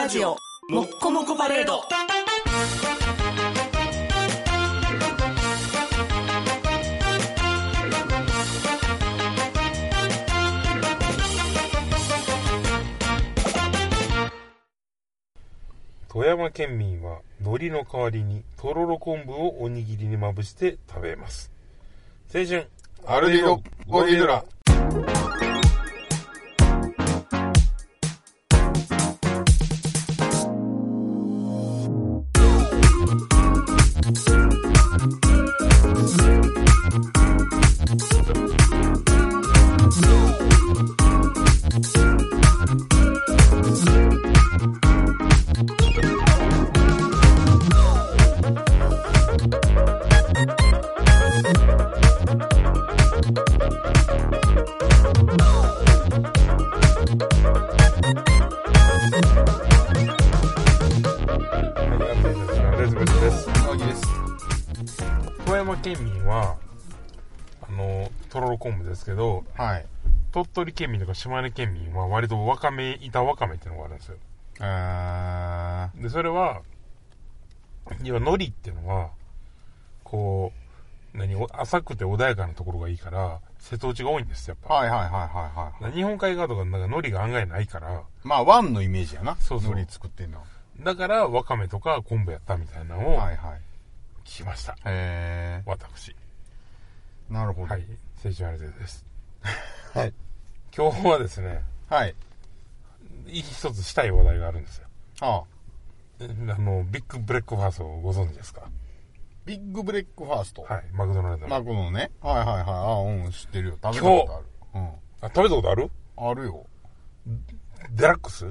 ラジオもっこもこパレード。 富山県民は海苔の代わりにとろろ昆布をおにぎりにまぶして食べます。青春アルディロボディドラ。 富山県民はとろろ昆布ですけど、 はい。 鳥取県民とか島根県民は割と板わかめっていうのがあるんですよ。でそれは要は海苔っていうのはこう浅くて穏やかなところがいいから瀬戸内が多いんですよ、やっぱ。 はいはいはいはいはい。 日本海側とかなんか海苔が案外ないから、 まあ湾のイメージやな。 そうそう、 海苔作ってんの。 だからわかめとか昆布やったみたいなのをはいはい。 聞きました。私。 なるほど。 はい。青春アルデです。 はい。 今日はですね、 はい。 一つしたい話題があるんですよ。 ああ。 ビッグブレックファーストをご存知ですか？ ビッグブレックファースト。 はい。マクドナルドの。 マクドのね。はいはいはい。ああ、うん、知ってるよ。食べたことある。うん。 食べたことある？ あるよ。 デラックス？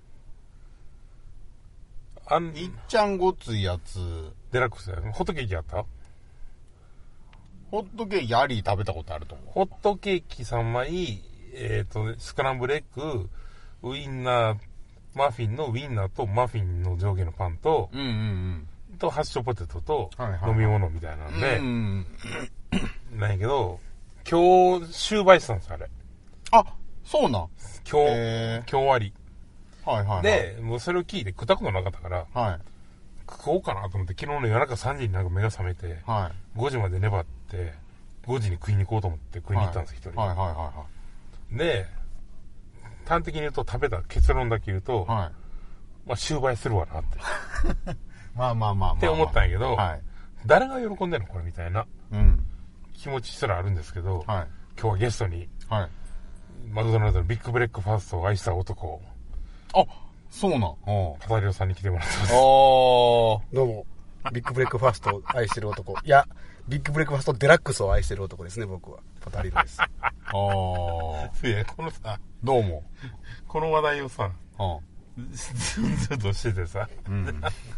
いっちゃんごついやつ。 デラックスだよ。ホットケーキあった？ ホットケーキあり食べたことあると思う。 ホットケーキ3枚、スクランブルエッグ、ウインナー、マフィンのウインナーとマフィンの上下のパンと、とハッシュポテトと飲み物みたいなんで、なんやけど、今日終売したんですよ、あれ。 あ、そうなん。 今日終わり。 はいはい、はい。 で、もうそれを聞いて食ったことなかったから、はい、食おうかなと思って、昨日の夜中3時になんか目が覚めて、はい、5時まで粘って、5時に食いに行こうと思って食いに行ったんです、一人で。はいはいはいはい。で、端的に言うと食べた結論だけ言うと、はい、まあ終売するわなって。 まあ。 って思ったんやけど、はい、誰が喜んでんのこれみたいな、気持ちすらあるんですけど、はい、今日はゲストに、はい、マクドナルドのビッグブレックファーストを愛した男、 あ、そうなん。 パタリオさんに来てもらってます。 どうも。ビッグブレックファーストを愛してる男。いや、ビッグブレックファーストデラックスを愛してる男ですね、僕は。パタリオです。 いや、このさ、 どうも。 この話題をさ、ずっとしててさ、で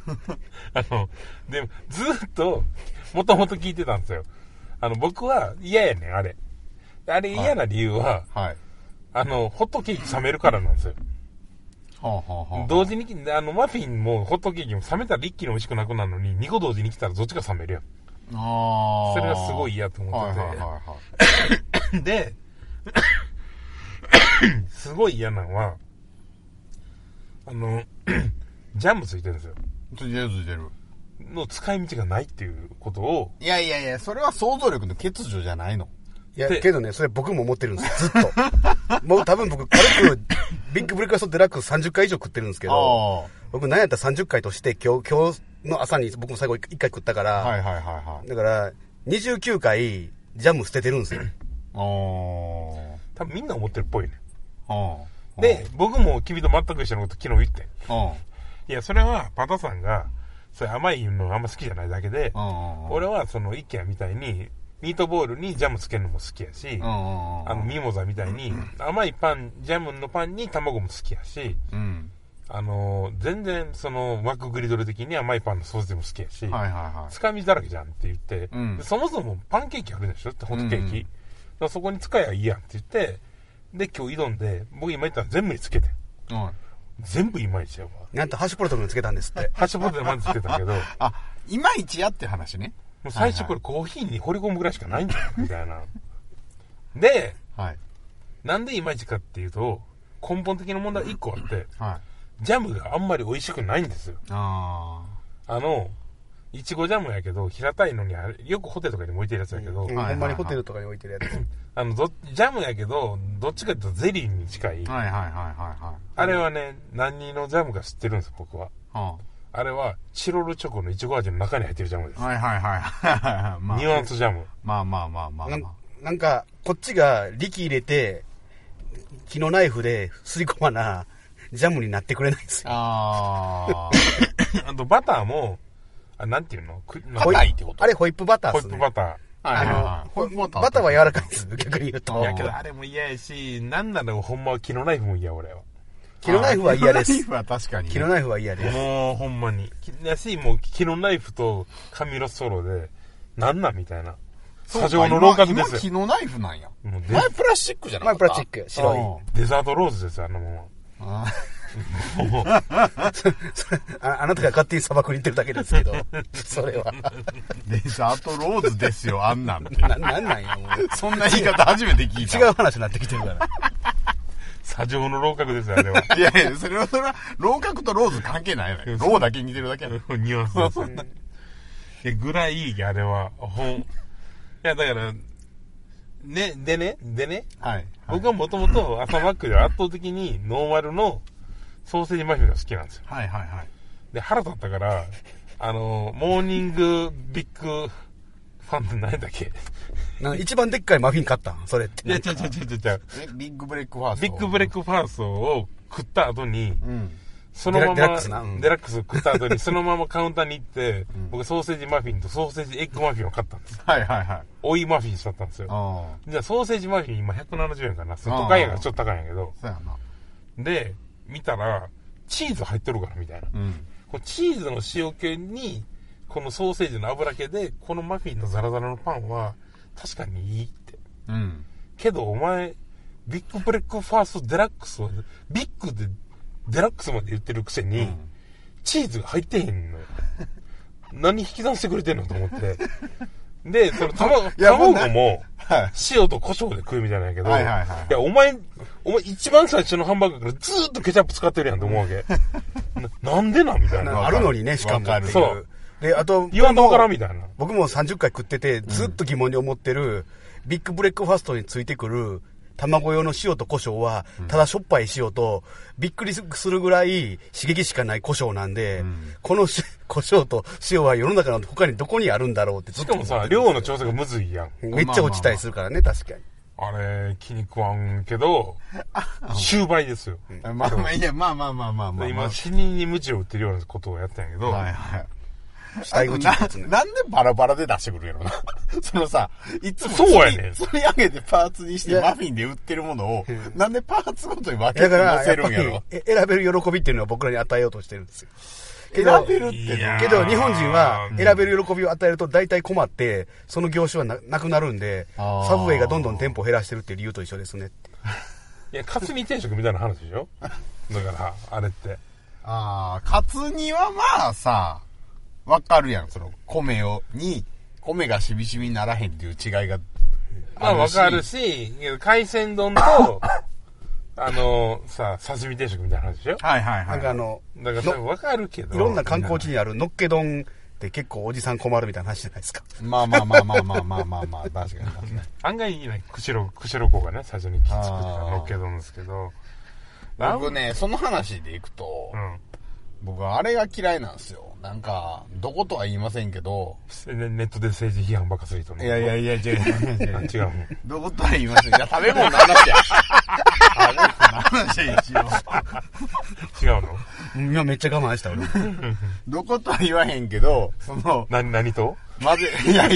もずっと、もともと聞いてたんですよ。僕は嫌やねん、あれ。あれ嫌な理由は、はい、ホットケーキ冷めるからなんですよ。同時に、マフィンもホットケーキも冷めたら一気に美味しくなくなるのに、2個同時に来たらどっちが冷めるやん。それがすごい嫌と思ってて。で、すごい嫌なのは、ジャムついてるんですよ。 ついてる。 の使い道がないっていうことを。 いや、それは想像力の欠如じゃないの。 いや、けどね、それ僕も思ってるんですよ、ずっと。もう多分僕、軽く、ビッグブレックファーストデラックス30回以上食ってるんですけど、僕何やったら30回として今日の朝に僕も最後1回食ったから、だから、29回ジャム捨ててるんですよ。 多分みんな思ってるっぽいね。で、僕も君と全く一緒のこと昨日言ってん。いや、それはパタさんが、それ甘いのあんま好きじゃないだけで、俺はそのイケアみたいに、ミートボールにジャムつけるのも好きやし、ミモザみたいに甘いパン、ジャムのパンに卵も好きやし、全然そのマックグリドル的に甘いパンのソースでも好きやし、つかみだらけじゃんって言って、そもそもパンケーキあるでしょってホットケーキ。そこに使えばいいやんって言って、で今日挑んで、僕今言ったら全部につけて。全部いまいちやわ。 なんとハッシュポテトにつけたんですって。 ハッシュポテトまずつけたけど。 いまいちやって話ね。 もう最初これコーヒーに掘り込むぐらいしかないんだよ、みたいな。で、なんでいまいちかっていうと、根本的な問題1個あって、 ジャムがあんまり美味しくないんですよ。いちごジャムやけど、平たいのに、よくホテルとかにも置いてるやつやけど、 ほんまにホテルとかに置いてるやつ。 ジャムやけど、どっちかというとゼリーに近い。あれはね、何のジャムか知ってるんです、僕は。あれは、チロルチョコのいちご味の中に入ってるジャムです。ニュアンスジャム。 なんか、こっちが力入れて、木のナイフで吸い込まな、ジャムになってくれないんですよ。 あと、バターも、なんていうの硬いってこと？ あれホイップバターですね。 ホイップバター。バターは柔らかいんです、逆に言うと。 いやけど、あれも嫌やし、なんならほんまは木のナイフも嫌、俺は。 木のナイフは嫌です。 木のナイフは確かに。 木のナイフは嫌です。 もう、ほんまに。やし、もう木のナイフと紙のストローで、なんなんみたいな。砂上の楼閣ですよ。 今木のナイフなんや。前プラスチックじゃなかった？ 前プラスチック、白い。デザートローズですよ、あのもの。 あなたが勝手に砂漠に行ってるだけですけど、それは。 デザートローズですよ、あんなんて。 なんなんや、もう。 そんな言い方初めて聞いた。 違う話になってきてるから。 砂上の楼閣ですよ、あれは。 いやいや、それは、楼閣とローズ関係ないのよ。ローだけ似てるだけやの。 ニュアンスですよ。ぐらい、あれは、いや、だから、でね、 はい。 僕はもともと朝マックでは圧倒的にノーマルのソーセージマフィンが好きなんですよ。 はいはいはい。 で、腹立ったから、モーニングビッグファンって何だっけ？ 一番でっかいマフィン買ったんそれって。 いや、違う。 ビッグブレックファースト。 ビッグブレックファーストを食った後に、そのまま、 デラックス食った後に、そのままカウンターに行って、僕ソーセージマフィンとソーセージエッグマフィンを買ったんです。 はいはいはい。 追いマフィンしちゃったんですよ。じゃあソーセージマフィン今170円かな。都会やからちょっと高いんやけど。 そうやな。 で、見たら、チーズ入っとるからみたいな。このチーズの塩気に、このソーセージの油気で、このマフィンのザラザラのパンは、確かにいいって。けどお前、ビッグブレックファーストデラックスを、ビッグでデラックスまで言ってるくせに、チーズが入ってへんのよ。何引き算してくれてんのと思って。で、その卵も、塩と胡椒で食うみたいなんやけど、いや、お前一番最初のハンバーガーからずーっとケチャップ使ってるやんと思うわけ。なんでなんみたいな。 あるのにね、しかも。 そう。 で、あと、 言わんとわからんみたいな。 僕も30回食ってて、ずっと疑問に思ってる、ビッグブレックファーストについてくる、卵用の塩と胡椒は、ただしょっぱい塩と、びっくりするぐらい刺激しかない胡椒なんで、この胡椒と塩は世の中の他にどこにあるんだろうってずっと。 しかもさ、量の調整がむずいやん。 めっちゃ落ちたりするからね、確かに。 あれ、気に食わんけど、終売ですよ。 まあ。 今、死人に鞭を打ってるようなことをやったんやけど、 なんでバラバラで出してくるやろな。そのさ、いつもそうやねん。 それ上げてパーツにしてマフィンで売ってるものを、なんでパーツごとに分けて乗せるんやろ。 選べる喜びっていうのは僕らに与えようとしてるんですよ。 選べるってけど日本人は選べる喜びを与えると大体困って、その業種はなくなるんで、サブウェイがどんどん店舗を減らしてるっていう理由と一緒ですねって。 いや、カツ煮定食みたいな話でしょ？だから、あれって。 カツ煮はまあさ、わかるやん、その、米がしびしびにならへんっていう違いが。 まあわかるし、海鮮丼と、刺身定食みたいな話でしょ？ はいはいはい。 だからそれわかるけど。 いろんな観光地にあるのっけ丼って結構おじさん困るみたいな話じゃないですか。 まあ、確かに。 案外いいね、釧路港がね、最初に作ったのっけ丼ですけど。 僕ね、その話でいくと、僕はあれが嫌いなんですよ。なんか、どことは言いませんけど。 ネットで政治批判ばっかする人ね。 いや、違う。 違う。 どことは言いません。いや、食べ物の話や。食べ物の話や、一応。違うの？ いや、めっちゃ我慢した、俺。 どことは言わへんけど、 何と？ いや。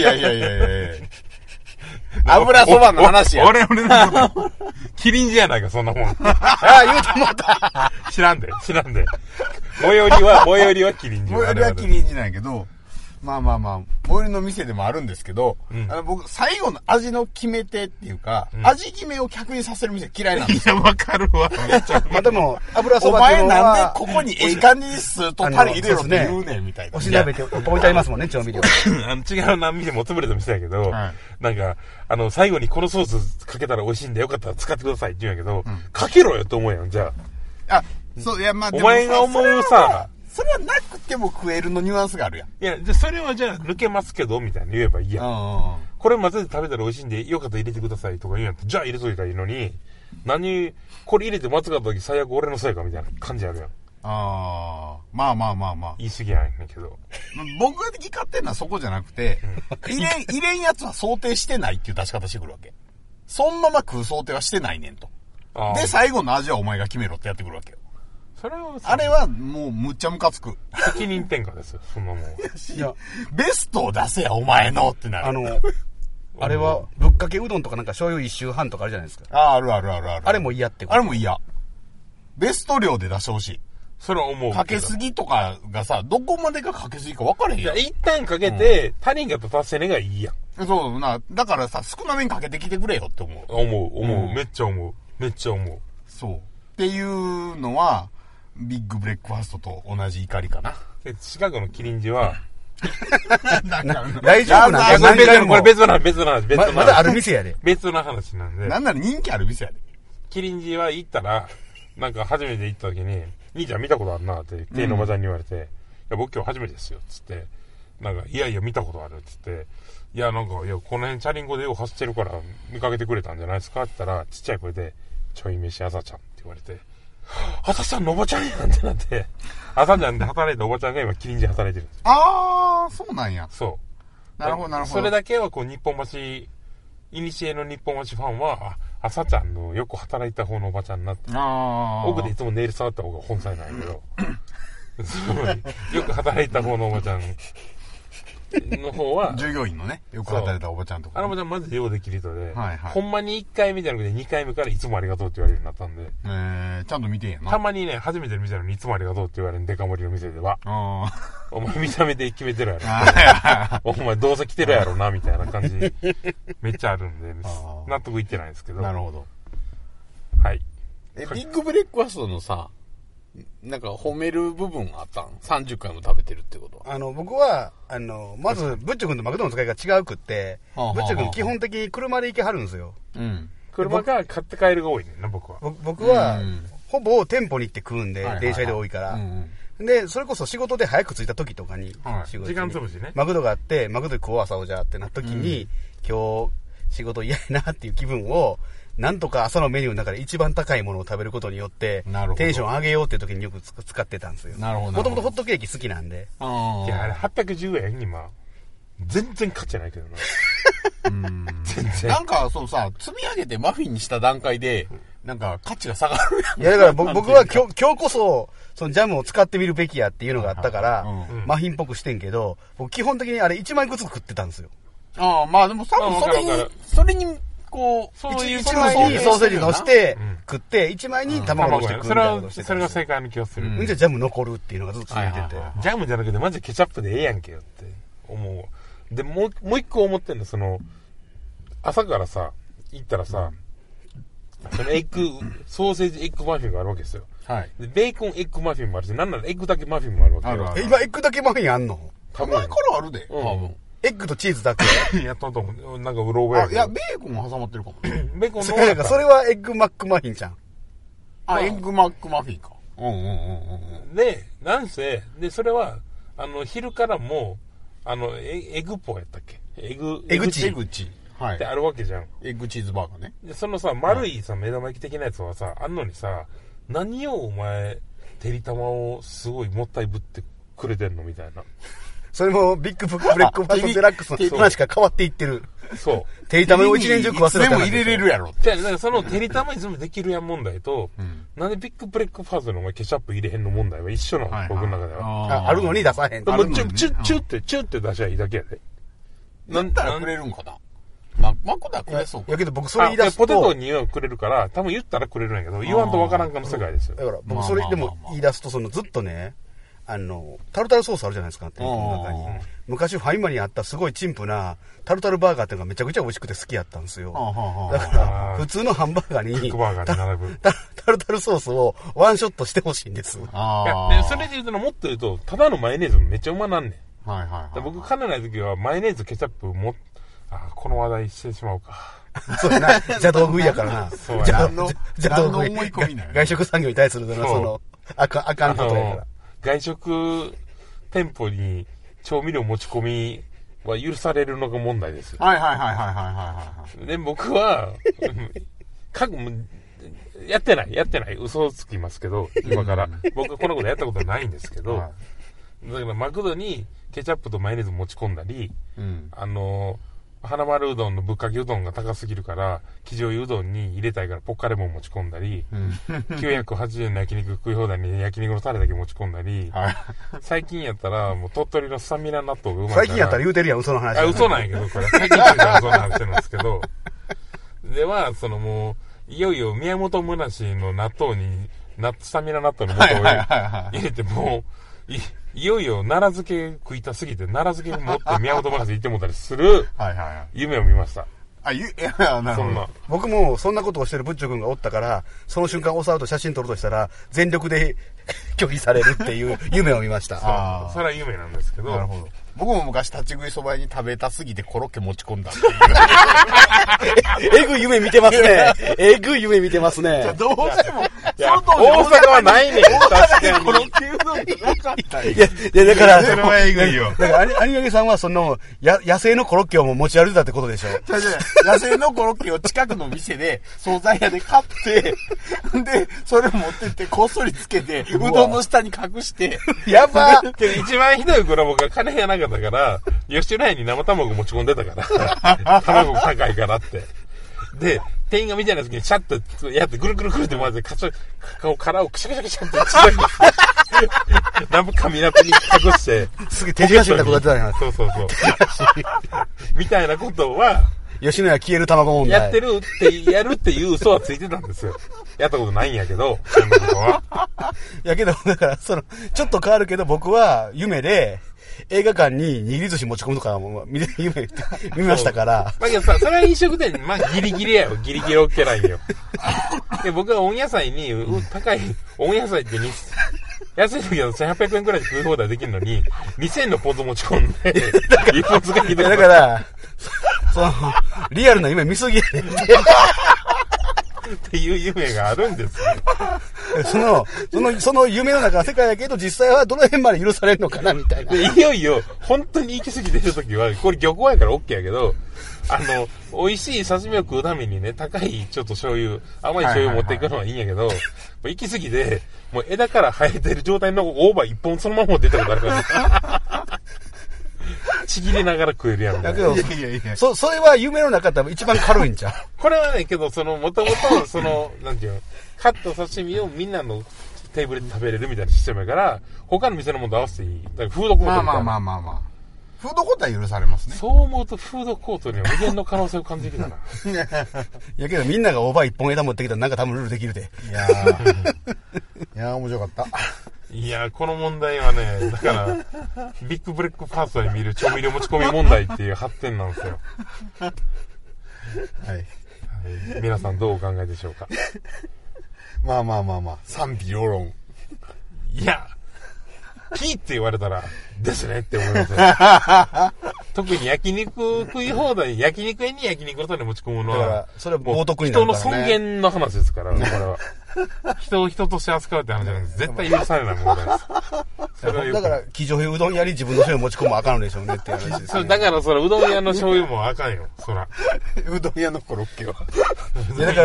油そばの話や。 俺のこと。キリンジやないか、そんなもん。 言うと思った。 知らんで。最寄りはキリンジ。 最寄りはキリンジなんやけど、まあ、最寄りの店でもあるんですけど、僕、最後の味の決め手っていうか、味決めを客にさせる店嫌いなんですよ。 いや、わかるわ。 まあでも、油そばお前なんでここにええ感じにスーッとタレ入れろって言うねんみたいな。 おしなべて置いてありますもんね、調味料。 違う何店も潰れた店やけど、なんか、最後にこのソースかけたら美味しいんでよかったら使ってくださいって言うんやけど、かけろよって思うやん、じゃあ。 そう、いや、まあ、 お前が思うさ、 それはなくても食えるのニュアンスがあるやん。 いや、じゃそれはじゃあ抜けますけど、みたいな言えばいいやん。これ混ぜて食べたら美味しいんで、よかったら入れてくださいとか言うんやったら、じゃあ入れといたらいいのに、これ入れて間違った時最悪俺のせいかみたいな感じあるやん。 まあ。 言い過ぎやんねんけど。 僕が怒ってんのはそこじゃなくて、入れんやつは想定してないっていう出し方してくるわけ。そんまま食う想定はしてないねんと。で、最後の味はお前が決めろってやってくるわけよ。 それはあれはもうむっちゃムカつく。 責任転嫁ですよ、そんなもん。いや、ベストを出せや、お前のってなる。 あれは、ぶっかけうどんとかなんか醤油一周半とかあるじゃないですか。 ある。あれも嫌ってこと。 あれも嫌。ベスト量で出してほしい。 それは思う。 かけすぎとかがさ、どこまでがかけすぎか分かれへんやん。 一旦かけて、足りんかと足せねがいいやん。 そうな、だからさ、少なめにかけてきてくれよって思う。 思う。めっちゃ思う。 そう。っていうのは、ビッグブレックファーストと同じ怒りかな。 シカゴのキリンジは、 大丈夫なんだこれ別の話。 まだある店やで。 別の話なんで。 なんなら人気ある店やで。 キリンジは行ったら、なんか初めて行った時に、兄ちゃん見たことあるなって、店員のおばちゃんに言われて、いや、僕今日初めてですよ、つって、なんか、いや見たことある、つって、いや、この辺チャリンコでよう走ってるから見かけてくれたんじゃないですかって言ったら、ちっちゃい声で、ちょい飯朝ちゃんって言われて、朝ちゃんのおばちゃんやんってなって、朝ちゃんで働いたおばちゃんが今、キリンジ働いてるんですよ。 そうなんや。 そう。 なるほど。 それだけは、日本橋、いにしえの日本橋ファンは、朝ちゃんのよく働いた方のおばちゃんになって、奥でいつもネイル触った方が本妻なんやけど、よく働いた方のおばちゃんの方は、 従業員のね、よく働いたおばちゃんとか、 あのおばちゃんマジでようできる人で、 はい。 ほんまに1回目じゃなくて2回目からいつもありがとうって言われるようになったんで、ちゃんと見てんやな。 たまにね、初めての店なのにいつもありがとうって言われるデカ盛りの店では、お前見た目で決めてるやろ。お前どうせ来てるやろな、みたいな感じ、めっちゃあるんで、納得いってないんですけど。 なるほど。 はい。 ビッグブレックファーストのさ、なんか褒める部分あったん ?30 回も食べてるってことは。 僕は、まず、ブッチョ君とマクドの使いが違うくって、ブッチョ君基本的に車で行けはるんですよ。 車が買って帰るが多いねんな、僕は。 僕は、ほぼ店舗に行って食うんで、電車で多いから。で、それこそ仕事で早く着いた時とかに、 時間潰しね。 マクドがあって、マクドで食おう朝をじゃあってなった時に、今日仕事嫌やなっていう気分を、なんとか朝のメニューの中で一番高いものを食べることによって、テンション上げようっていう時によく使ってたんですよ。 なるほど。 もともとホットケーキ好きなんで。 いや、あれ810円今、全然価値ないけどな。 全然。なんかそうさ、積み上げてマフィンにした段階で、なんか価値が下がるやん。 いやだから僕は今日こそ、そのジャムを使ってみるべきやっていうのがあったから、マフィンっぽくしてんけど、僕基本的にあれ1枚ずつ食ってたんですよ。 まあでも多分それに、こう、 1枚にソーセージ乗して食って、1枚に卵乗して食うみたいなことしてた。 それが正解の気がする。 じゃあジャム残るっていうのがずっと続いてて。 ジャムじゃなくてマジでケチャップでええやんけよって思う。で、もう一個思ってんの、朝からさ、行ったらさ、ソーセージエッグマフィンがあるわけですよ。 はい。 で、ベーコンエッグマフィンもあるし、なんならエッグだけマフィンもあるわけよ。 今エッグだけマフィンあんの？ たまにからあるで。多分。 エッグとチーズだけやったと思う。なんかうろ覚えやけど。 いや、ベーコンも挟まってるかも。 ベーコンのそれはエッグマックマフィンじゃん。 エッグマックマフィンか。 で、なんせ、で、それは、昼からも、エグポやったっけ？エグチ。 はい。 ってあるわけじゃん。 エッグチーズバーガーね。 で、そのさ、丸いさ、目玉焼き的なやつはさ、あんのにさ、何をお前、てりたまをすごいもったいぶってくれてんのみたいな。 それもビッグブレックファーストデラックスの話が変わっていってる。 そう。 てりたまを一年中食わせるから。 全部入れれるやろ。 じゃあ、だからそのてりたまいつもできるやん問題と、なんでビッグブレックファーストのお前ケチャップ入れへんの問題は一緒なの、僕の中では。 あるのに出さへん。 チュって出しゃいいだけやで。 なんだらくれるんかな。マクダくれそうか。 やけど僕それ言い出すと。 ポテトにはくれるから、多分言ったらくれるんやけど、言わんとわからんかの世界ですよ。 だから僕それでも言い出すと、ずっとね、タルタルソースあるじゃないですか、店舗の中に。昔ファイマにあったすごい陳腐なタルタルバーガーっていうのがめちゃくちゃ美味しくて好きやったんですよ。だから、普通のハンバーガーに、タルタルソースをワンショットしてほしいんです。 いや、それで言うともっと言うと、ただのマヨネーズめっちゃうまなんねん。僕、かなない時はマヨネーズ、ケチャップこの話題してしまうか。 そうやな。邪道食いやからな。 邪道食い。 外食産業に対するあかんことやから。 外食店舗に調味料持ち込みは許されるのが問題ですよ。 はいはいはいはいはいはいはい。 で、僕は、やってない。嘘をつきますけど、今から。僕はこんなことやったことないんですけど、だからマクドにケチャップとマヨネーズ持ち込んだり、花丸うどんのぶっかけうどんが高すぎるから、生醤油うどんに入れたいからポッカレモン持ち込んだり、980円の焼肉食い放題に焼肉のタレだけ持ち込んだり、最近やったら、もう鳥取のスタミナ納豆がうまいから。 最近やったら言うてるやん、嘘の話。 嘘なんやけど、これ。最近やったら嘘の話なんですけど。では、もう、いよいよ宮本むなしの納豆に、スタミナ納豆の素を入れて、もう、いよいよ奈良漬け食いたすぎて、奈良漬け持って宮本むなし行ってもたりする、夢を見ました。 なるほど。 僕もそんなことをしてるブッチョ君がおったから、その瞬間押さうと写真撮るとしたら、全力で拒否されるっていう夢を見ました。 それは夢なんですけど。 なるほど。僕も昔立ち食いそば屋に食べたすぎてコロッケ持ち込んだっていう。 えぐい夢見てますね。えぐい夢見てますね。 どうしても。 大阪はないねん。確かに。 コロッケうどんじゃなかった。 いや、だから、 それはえぐいよ。 だから、有明さんは野生のコロッケをも持ち歩いたってことでしょ。 野生のコロッケを近くの店で、惣菜屋で買って、で、それ持ってってこっそりつけて、うどんの下に隠して。 やば一番ひどい頃は僕は金がなかったから、吉野家に生卵持ち込んでたから、卵高いからって。で、店員が見てない時にシャッとやってぐるぐるぐるって回って殻をクシャクシャクシャってちっちゃくナム紙ナプに隠して。 すげえ手品師みたいなことやってたんや。 そう。みたいなことは、 吉野家消える卵問題。 やるっていう嘘はついてたんですよ。やったことないんやけど、そんなことは。 やけど、だから、ちょっと変わるけど僕は夢で、映画館に握り寿司持ち込むとかも夢見ましたから。 まあけどさ、それは飲食店に、まあギリギリやよ。ギリギリ OK ないよ。で、僕は温野菜に、高い、温野菜って安い時は1800円くらいで食い放題できるのに、2000円のポン酢持ち込んで、一発がひどい。 だから、リアルな夢見すぎやねんって。 っていう夢があるんですよ。その夢の中は世界だけど、実際はどの辺まで許されるのかな、みたいな。 で、いよいよ、本当に行き過ぎてる時は、これ漁港やから OK やけど、美味しい刺身を食うためにね、高いちょっと甘い醤油持っていくのはいいんやけど、行き過ぎて、もう枝から生えてる状態の大葉一本そのまま出たことあるからね。ちぎりながら食えるやん。 だけど、それは夢の中で一番軽いんちゃう？ これはね、けど、もともと、なんていうの、カット刺身をみんなのテーブルで食べれるみたいなシステムやから、他の店のものと合わせていい。だからフードコートみたいな。 まあ。フードコートは許されますね。 そう思うとフードコートには無限の可能性を感じてきたな。 やけどみんなが大葉一本枝持ってきたらなんか多分ルールできるで。 いやー面白かった。 いやー、この問題はね、だから、ビッグブレックファーストに見る調味料持ち込み問題っていう発展なんですよ。 はい。 皆さんどうお考えでしょうか。 まあ、賛否両論。 いや、キーって言われたら、ですねって思いますよ。特に焼肉食い放題、焼肉屋に焼肉の種持ち込むのは、 だからそれは冒涜になるからね。 人の尊厳の話ですから、これは。人を人として扱うって話じゃないです。絶対許されない問題です。 だから、生醤油うどん屋に自分の醤油持ち込むあかんのでしょうねっていう話です、ね。 だから、うどん屋の醤油もあかんよ、そら。 うどん屋のコロッケは。 いや、だから、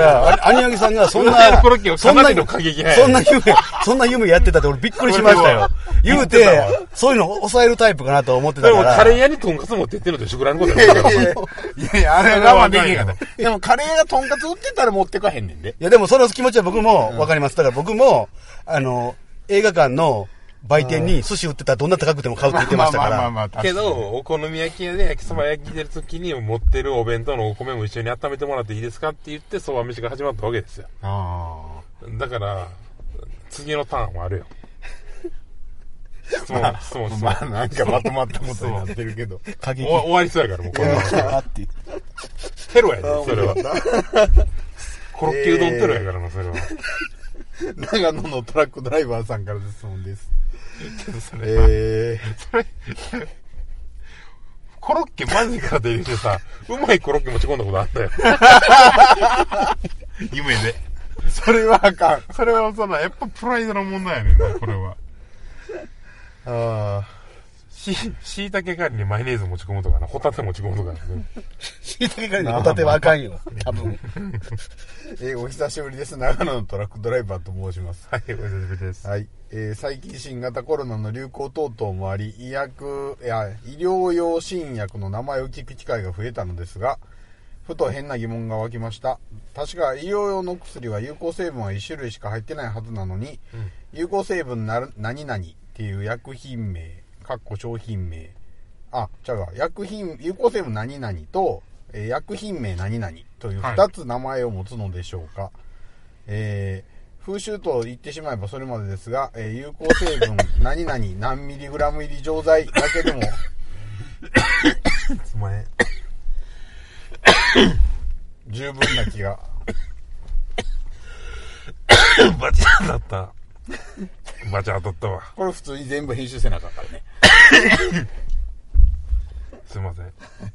アニヤギさんがそんな、 そんな夢やってたって俺びっくりしましたよ。言うて、そういうの抑えるタイプかなと思ってたから。 でも、カレー屋にトンカツ持ってってるのと一緒ぐらいのことやから。 いや、あれ我慢できへんかった。でも、カレー屋がトンカツ売ってたら持ってかへんねんで。 いや、でもその気持ちは僕もわかります。だから僕も、映画館の売店に寿司売ってたらどんな高くても買うって言ってましたから。 けど、お好み焼き屋で焼きそば焼きてる時に持ってるお弁当のお米も一緒に温めてもらっていいですかって言って、そば飯が始まったわけですよ。だから、次のターンはあるよ。質問。 まあ、なんかまとまったことになってるけど。 終わりそうやから、もうこんなの。テロやで、それは。コロッケうどんテロやからな、それは。 長野のトラックドライバーさんからの質問です。 けどそれコロッケマジから出てきてさ、うまいコロッケ持ち込んだことあったよ。夢で。 それはあかん。 それはさ、やっぱプライドの問題やねんな、これは。 ああ。 椎茸代わりにマヨネーズ持ち込むとかな、ホタテ持ち込むとかね。 椎茸代わりにホタテはあかんよ。多分。 お久しぶりです。長野のトラックドライバーと申します。 はい、お久しぶりです。 はい。最近新型コロナの流行等々もあり、医療用新薬の名前を聞く機会が増えたのですが、ふと変な疑問が湧きました。確か医療用の薬は有効成分は1種類しか入ってないはずなのに、有効成分何々っていう薬品名、商品名、有効成分何々と、薬品名何々という2つ名前を持つのでしょうか。風習と言ってしまえばそれまでですが、有効成分何々何ミリグラム入り錠剤だけでもつまえ十分な気がバチ当たった。バチ当たったわ。 これ普通に全部編集せなあかんからね。 すいません。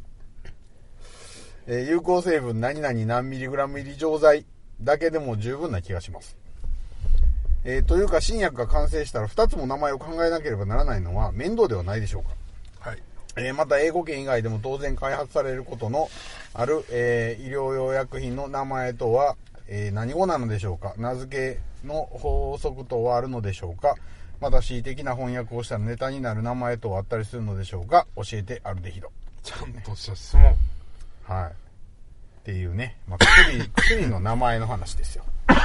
有効成分何々何ミリグラム入り錠剤だけでも十分な気がします。というか新薬が完成したら2つも名前を考えなければならないのは面倒ではないでしょうか。はい。また英語圏以外でも当然開発されることのある、医療用薬品の名前とは、何語なのでしょうか。名付けの法則とはあるのでしょうか。また恣意的な翻訳をしたらネタになる名前とはあったりするのでしょうか。教えてアルデヒド。 ちゃんとした質問。 はい。っていうね、薬の名前の話ですよ。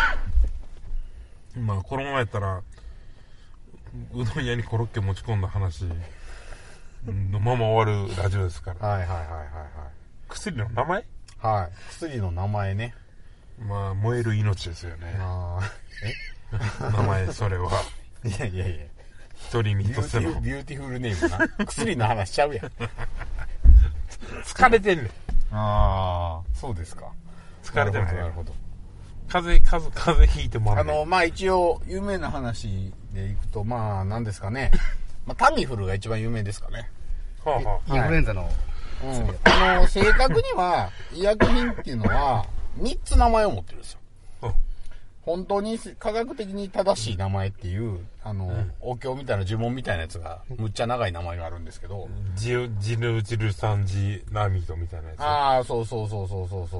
まあこのままやったらうどん屋にコロッケ持ち込んだ話のまま終わるラジオですから。 はい。 薬の名前？ はい。薬の名前ね。 まあ燃える命ですよね。名前それは。 いや。 一人身としてのビューティフルネームな。薬の話しちゃうやん。 疲れてんねん。 そうですか。 疲れてない。 なるほど。 風邪ひいてもらう。 まあ一応有名な話でいくと、まあ何ですかね。タミフルが一番有名ですかね。 インフルエンザの。 正確には医薬品っていうのは3つ名前を持ってるんですよ。本当に科学的に正しい名前っていう、お経みたいな呪文みたいなやつが、むっちゃ長い名前があるんですけど。 ジルジルサンジナミドみたいなやつ。 そう。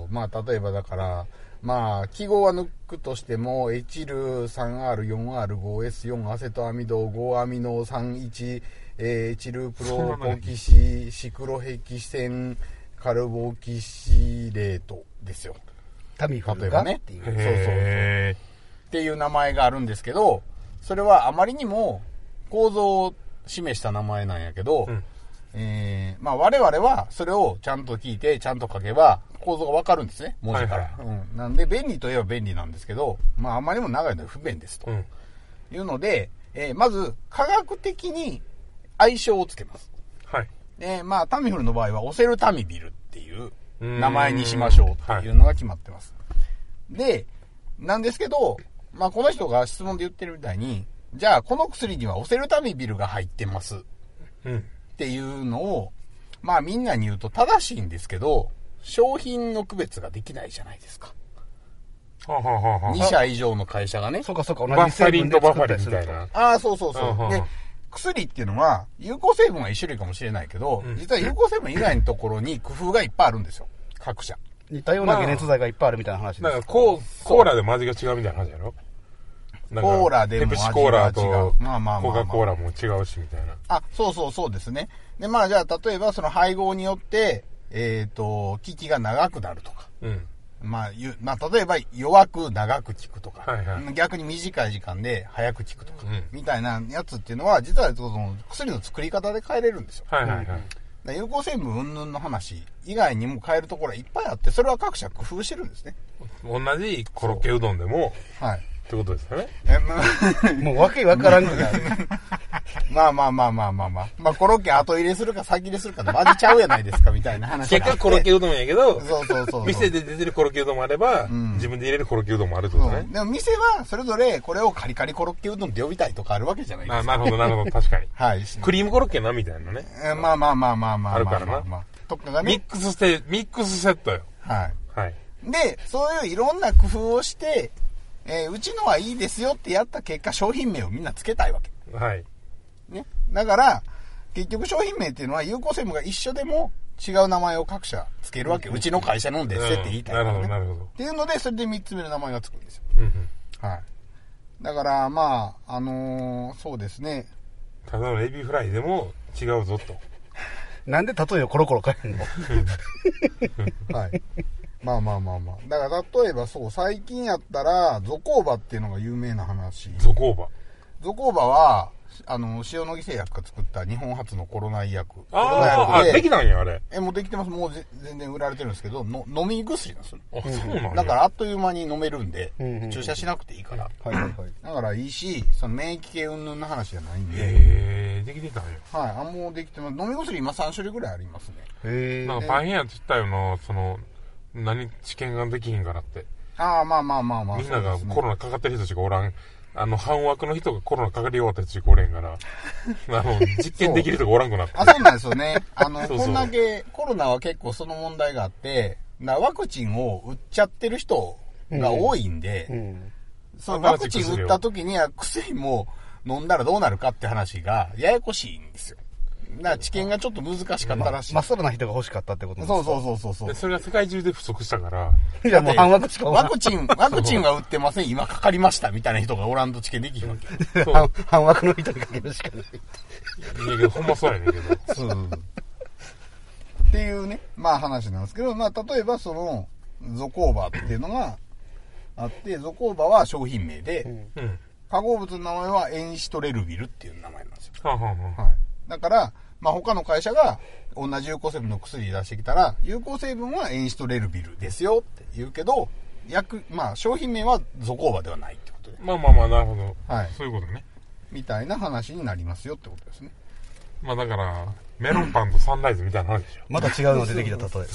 まあ、例えばだから、まあ、記号は抜くとしても、エチル 3R、4R、5S4 アセトアミド、5アミノ31、エチルプロポキシ、シクロヘキセン、カルボキシレートですよ。 タミフルがねっていう。そう。っていう名前があるんですけど、それはあまりにも構造を示した名前なんやけど、まあ我々はそれをちゃんと聞いてちゃんと書けば構造がわかるんですね、文字から。なんで便利といえば便利なんですけど、まああまりにも長いので不便ですと。いうので、まず科学的に愛称をつけます。 はい。 まあタミフルの場合はオセルタミビルっていう名前にしましょうっていうのが決まってます。で、なんですけど、まあこの人が質問で言ってるみたいに、じゃあこの薬にはオセルタミビルが入ってます。っていうのを、まあみんなに言うと正しいんですけど、商品の区別ができないじゃないですか。2社以上の会社がね。 そうか、同じバッファリンとバッファリンみたいな。 そう。で、薬っていうのは、有効成分は1種類かもしれないけど、実は有効成分以外のところに工夫がいっぱいあるんですよ。各社。 似たような解熱剤がいっぱいあるみたいな話です。 なんかコーラでも味が違うみたいな話やろ？ コーラでも味が違う。ペプシコーラとコカ・コーラも違うしみたいな。 そうですね。で、まあじゃあ例えばその配合によって、効きが長くなるとか。まあ例えば弱く長く効くとか、逆に短い時間で早く効くとか、みたいなやつっていうのは、実はその薬の作り方で変えれるんですよ。有効成分云々の話以外にも変えるところはいっぱいあって、それは各社工夫してるんですね。 同じコロッケうどんでも、ってことですよね。 もうわけわからんくなる。 まあ、コロッケ後入れするか先入れするかで味ちゃうやないですかみたいな話結果コロッケうどんやけど、 そう店で出てるコロッケうどんもあれば、自分で入れるコロッケうどんもあるってことね。 でも店はそれぞれこれをカリカリコロッケうどんって呼びたいとかあるわけじゃないですか。 なるほど、確かに。 はい。 クリームコロッケなみたいなね。 まあ。 あるからな。 とかがね。 ミックスセットよ。 はい。で、そういういろんな工夫をして、 うちのはいいですよってやった結果、商品名をみんなつけたいわけ。 はい。 ね。だから、結局商品名っていうのは有効成分が一緒でも違う名前を各社つけるわけ。うちの会社のんですって言いたいからね。 なるほど。 っていうので、それで3つ目の名前がつくんですよ。はい。だから、そうですね。 ただのエビフライでも違うぞと。 なんで例えをコロコロ変えんのはい。だから例えばそう、最近やったら、ゾコーバっていうのが有名な話。 ゾコーバは、 塩野義製薬が作った日本初のコロナ医薬。 できたんや、あれ。 もうできてます。もう全然売られてるんですけど、飲み薬なんですよ。 そうなんだからあっという間に飲めるんで、注射しなくていいから。だからいいし、その免疫系云々の話じゃないんで。 できてたんや。 はい。もうできてます。飲み薬今3種類ぐらいありますね。 なんか大変やって言ったよな、治験ができひんからって。みんながコロナかかってる人しかおらん。半枠の人がコロナかかり終わった人しかおれんから、実験できる人がおらんくなって。 そうなんですよね。こんだけコロナは結構その問題があって、ワクチンを打っちゃってる人が多いんで、そのワクチン打った時には薬も飲んだらどうなるかって話がややこしいんですよ。だから治験がちょっと難しかったらしい。 まっさらな人が欲しかったってことなんですか？そう。 それが世界中で不足したから。 いやもう半枠しかワクチンは打ってません。今かかりましたみたいな人がおらんと治験できるわけ。 半枠の人にかけるしかない。 いやけどほんまそうやねんけど。そう。 っていうね、話なんですけど、例えばその、ゾコーバっていうのがあって、ゾコーバは商品名で、化合物の名前はエンシトレルビルっていう名前なんですよ。だから、他の会社が同じ有効成分の薬出してきたら、有効成分はエンシトレルビルですよって言うけど、商品名はゾコーバではないってことで。 なるほど。はい。そういうことね。 みたいな話になりますよってことですね。 だから、メロンパンとサンライズみたいな話でしょ。 また違うの出てきた例え。そう。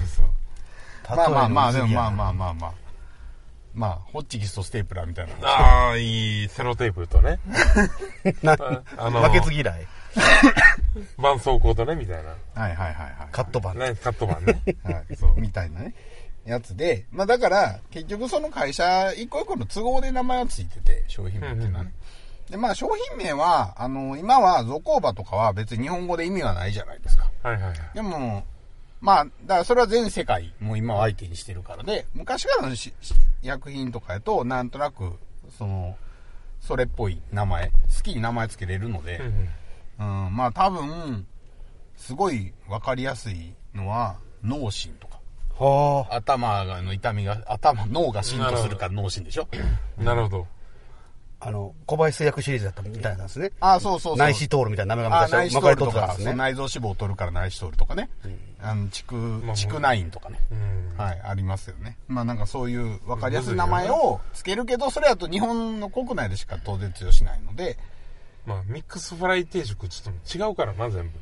ホッチキスとステープラーみたいな。 いい、セロテープとね。 負けず嫌い。 絆創膏とね、みたいな。 カット板ね。カット板ね。 そう、みたいなね。やつで、だから、結局その会社、一個一個の都合で名前がついてて、商品名っていうのはね。で、商品名は、今はゾコーバとかは別に日本語で意味はないじゃないですか。でも、だからそれは全世界も今は相手にしてるからで、昔からの薬品とかやと、なんとなく、それっぽい名前、好きに名前つけれるので、多分、すごいわかりやすいのは、脳神とか。頭の痛みが、脳が浸透するから脳神でしょ？ なるほど。 小林製薬シリーズだったみたいなんですね。 そう。 内視トールみたいな名前が昔は巻かれとったんですね。内臓脂肪を取るから内視トールとかね。蓄ナインとかね。ありますよね。なんかそういうわかりやすい名前をつけるけど、それだと日本の国内でしか当然通用しないので。 ミックスフライ定食ちょっと違うからな、全部。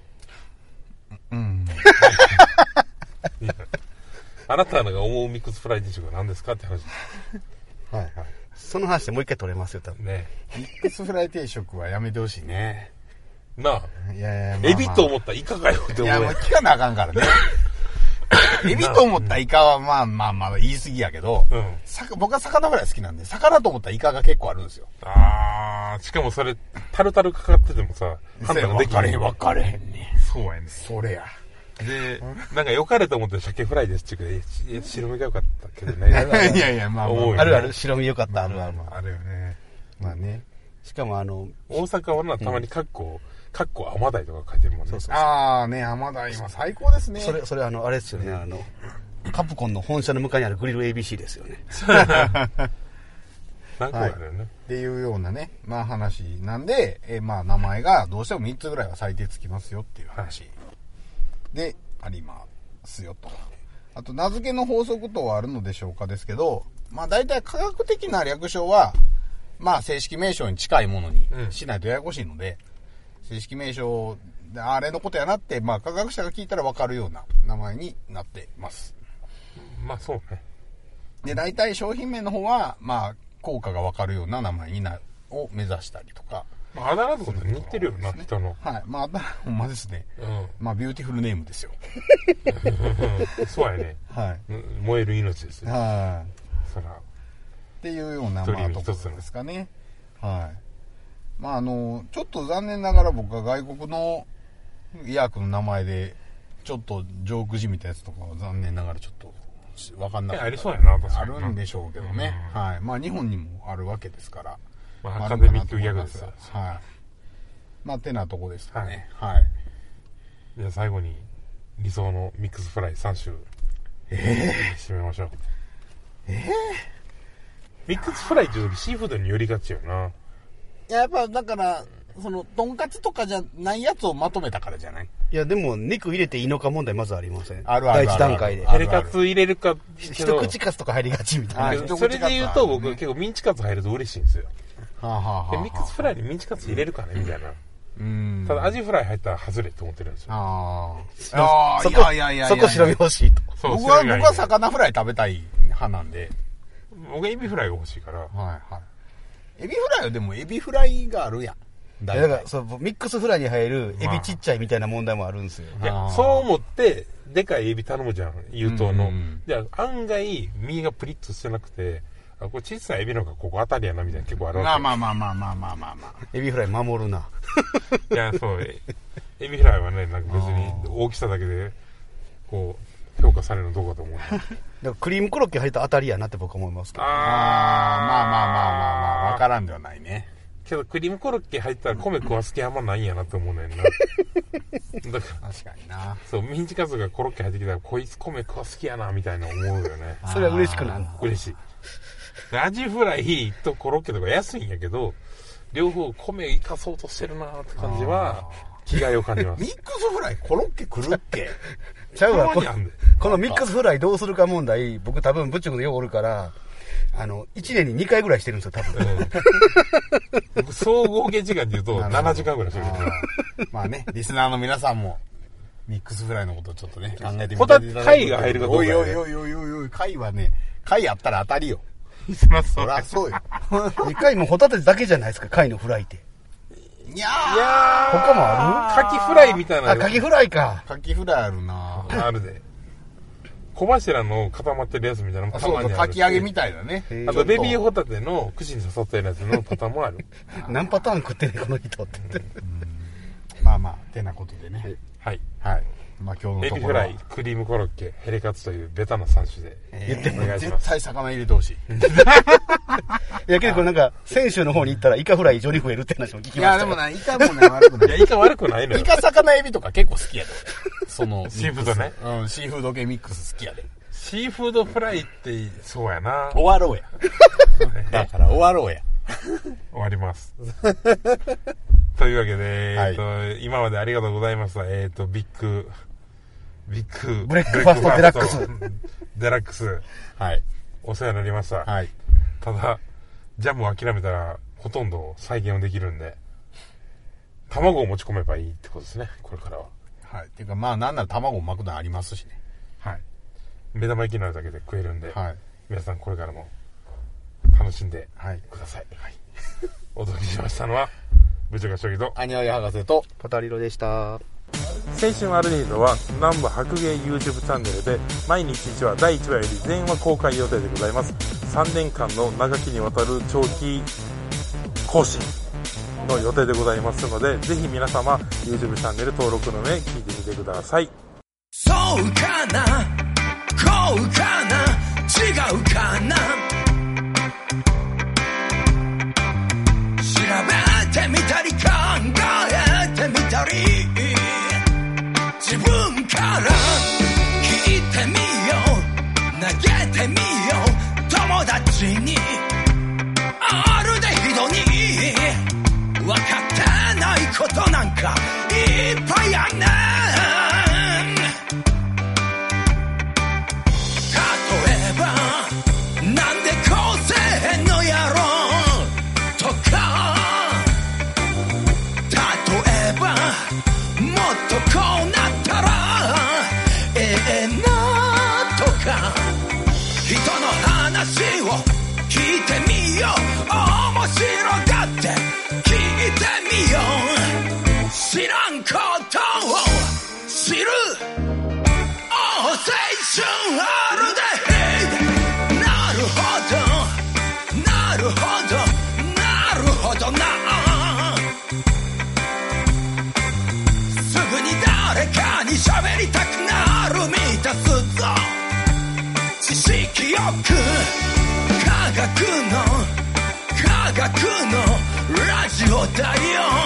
あなたが思うミックスフライ定食は何ですかって話。 その話でもう一回取れますよ、多分。 ね。 ミックスフライ定食はやめてほしいね。 なあ。エビと思ったイカかよって思う。 もう聞かなあかんからね。エビと思ったイカは言い過ぎやけど、僕は魚ぐらい好きなんで、魚と思ったイカが結構あるんですよ。 しかもそれ、タルタルかかっててもさ、 判断できへん。分かれへんね。 そうやね。 それや。 で、なんか良かれと思って鮭フライですって言うけど、白身が良かったけどね。 いや、 あるある、白身良かった、あるある。 あるよね。ね。 しかも大阪はたまにカッコアマダイとか書いてるもんね。 アマダイ今最高ですね。 それあれですよね、カプコンの本社の向かいにあるグリル ABC ですよね。 何個あるよね。 っていうようなね、話なんで、名前がどうしても3つぐらいは最低つきますよっていう話でありますよと。あと、名付けの法則とはあるのでしょうかですけど、大体科学的な略称は、正式名称に近いものにしないとややこしいので、正式名称であれのことやなって、科学者が聞いたら分かるような名前になってます。 そうね。で、 大体商品名の方は、効果が分かるような名前を目指したりとか。 あだ名とこと似てるよな、人の。 あだ名ほんまですね。ビューティフルネームですよ。 そうやね。燃える命ですよ。 そら。 っていうような、まあ、ところですかね。はい。まあ、ちょっと残念ながら僕は外国の医薬の名前で、ちょっとジョークじみたやつとかは残念ながらちょっとわかんなかった。 ありそうやな、確かに。 あるんでしょうけどね。はい。まあ、日本にもあるわけですから。 まあ、アカデミックギャグですよ。 はい。まあ、てなとこですかね。はい。 じゃあ最後に、理想のミックスフライ3種。締めましょう。ミックスフライっていう時シーフードに寄りがちよな。 やっぱだからとんかつとかじゃないやつをまとめたからじゃない？ いやでも肉入れていいのか問題まずありません。 あるある第一段階で。 ヘレカツ入れるか一口カツとか入りがちみたいな。 それで言うと僕結構ミンチカツ入ると嬉しいんですよ。 でミックスフライにミンチカツ入れるかねみたいな。ただアジフライ入ったら外れって思ってるんですよ。 そこ白身欲しいと。 僕は魚フライ食べたい派なんで。 僕エビフライが欲しいから。 はいはい。エビフライはでもエビフライがあるやん。 だからミックスフライに入るエビちっちゃいみたいな問題もあるんですよ。 いや、そう思ってでかいエビ頼むじゃん、有頭の。じゃあ案外身がプリッとしてなくて、これ小さいエビの方がここ当たりやなみたいな結構あるわけ。 まあ。 エビフライ守るな。 いや、そう、エビフライはね、なんか別に大きさだけで、こう、評価されるのどうかと思う。 だからクリームコロッケ入ったら当たりやなって僕は思いますけど。 まあ、わからんではないね。 けどクリームコロッケ入ったら米食わす気あんまないんやなって思うねんな。だから確かにな。 そう、ミンチカツがコロッケ入ってきたらこいつ米食わす気やなみたいな思うよね。 それは嬉しくなる。 嬉しい。アジフライとコロッケとか安いんやけど、両方米生かそうとしてるなって感じは気概を感じます。 ミックスフライコロッケ来るっけ？ ちゃうわ。このミックスフライどうするか問題、僕多分ブッチョクでようおるから、1年に2回ぐらいしてるんですよ、多分。 僕、総合計時間で言うと7時間ぐらいしてる。 まあね、リスナーの皆さんも、ミックスフライのことをちょっとね、考えてみていただいて。貝が入るかどうか、ね。 おい、貝はね、貝あったら当たりよ。 そらそうよ。 2回もホタテだけじゃないですか、貝のフライって。 いやー。 他もある？カキフライみたいな。 カキフライか。 カキフライあるな。 あるで。小柱の固まってるやつみたいなのもたまにある。 そう、かき揚げみたいだね。 あとベビーホタテの串に刺さったようなやつのパターンもある。 何パターン食ってねこの人って。 まあ、てなことでね。 はい。 まあ今日のところエビフライ、クリームコロッケ、ヘレカツというベタな3種で言ってお願いします。絶対魚入れてほしい。 いやけどこれなんか先週の方に行ったらイカフライ非常に増えるって話も聞きました。いやでもな、イカもね悪くない。 いやイカ悪くないのよ。 イカ魚エビとか結構好きやで。そのシーフードね。 うん、シーフード系ミックス好きやで。 シーフードフライってそうやな。 終わろうや。だから終わろうや。 終わります。というわけで、今までありがとうございました。ビッグブレックファーストデラックス。 デラックス。 はい。 お世話になりました。 はい。 ただ、ジャムを諦めたら、ほとんど再現をできるんで、卵を持ち込めばいいってことですね、これからは。 はい。っていうか、まあ、なんなら卵を巻くのありますしね。 はい。目玉焼きになるだけで食えるんで、 はい。 皆さんこれからも楽しんでください。はい。お届けしましたのは、部長が将棋と、 アニワイ博士と、 パタリロでした。 青春アルデヒドは南部白芸 YouTube チャンネルで毎日1話第1話より全話公開予定でございます。3年間の長きにわたる長期更新の予定でございますので、ぜひ皆様 YouTube チャンネル登録の上聞いてみてください。 そうかなこうかな違うかな調べてみたり考えてみたり自分から聞いてみよう投げてみよう友達にあるでひどに分かってないことなんかいっぱいあんねん。例えばなんでこうせんのやろとか、例えばもっとこうなったらええなとか、人の話を聞いてみよう面白がって聞いてみよう知らんことを知る青春あるでなるほどりたくなる満たすぞ知識よく科学のラジオだよ